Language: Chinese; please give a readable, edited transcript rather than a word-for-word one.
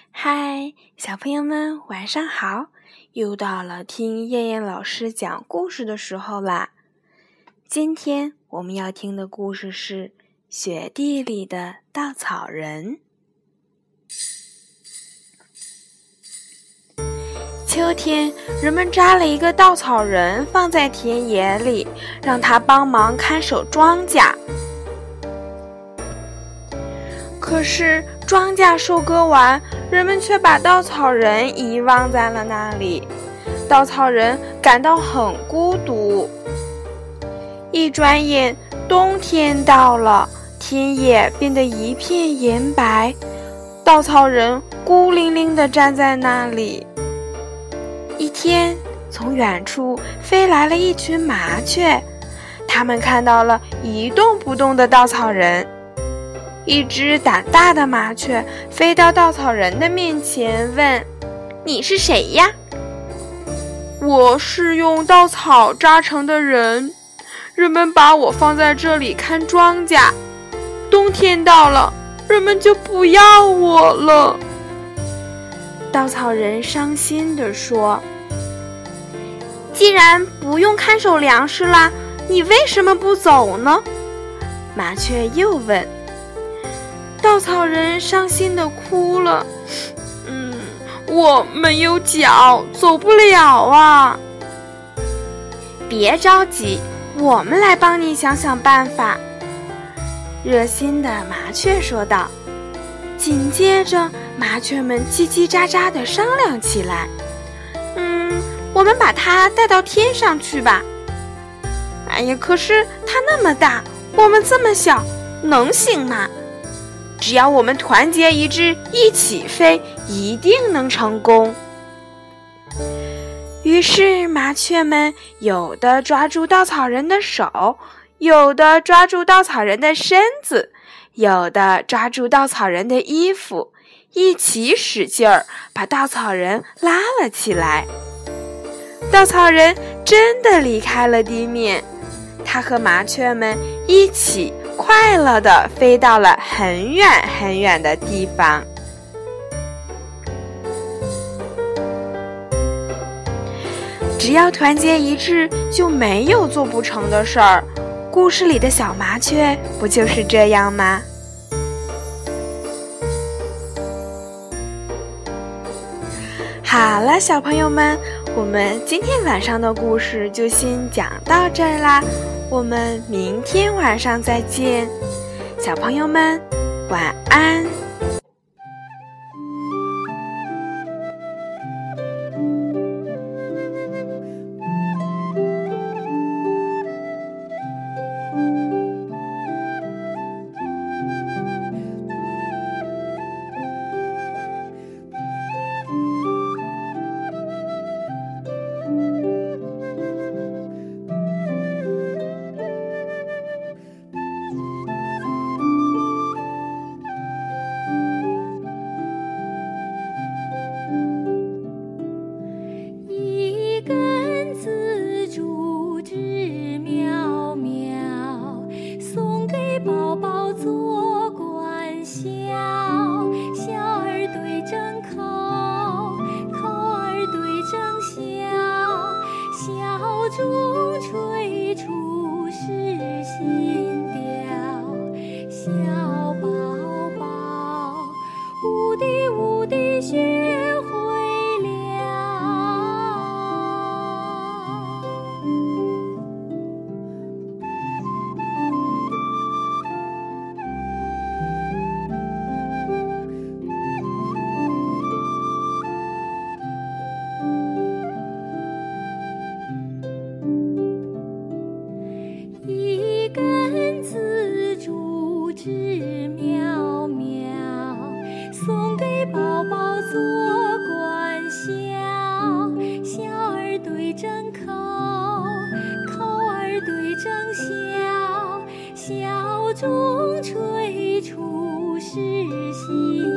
嗨，小朋友们晚上好，又到了听燕燕老师讲故事的时候啦。今天我们要听的故事是雪地里的稻草人。秋天，人们扎了一个稻草人放在田野里，让他帮忙看守庄稼。可是庄稼收割完，人们却把稻草人遗忘在了那里。稻草人感到很孤独。一转眼，冬天到了，田野变得一片颜白，稻草人孤零零地站在那里。一天，从远处飞来了一群麻雀，它们看到了一动不动的稻草人。一只胆大的麻雀飞到稻草人的面前问：“你是谁呀？”“我是用稻草扎成的人，人们把我放在这里看庄稼。冬天到了，人们就不要我了。”稻草人伤心地说：“既然不用看守粮食了，你为什么不走呢？”麻雀又问。稻草人伤心地哭了。我没有脚，走不了啊。别着急，我们来帮你想想办法。热心的麻雀说道。紧接着，麻雀们叽叽喳喳地商量起来。我们把它带到天上去吧。哎呀，可是它那么大，我们这么小，能行吗？只要我们团结一致，一起飞，一定能成功。于是麻雀们有的抓住稻草人的手，有的抓住稻草人的身子，有的抓住稻草人的衣服，一起使劲儿把稻草人拉了起来。稻草人真的离开了地面，他和麻雀们一起快乐地飞到了很远很远的地方。只要团结一致，就没有做不成的事儿。故事里的小麻雀不就是这样吗？好了，小朋友们，我们今天晚上的故事就先讲到这儿啦。我们明天晚上再见，小朋友们，晚安。 中吹出是新调，小宝宝无敌无敌学会了。一根紫竹枝苗苗，送给宝宝做管销。小儿对正口，口儿对正笑，笑中吹出是新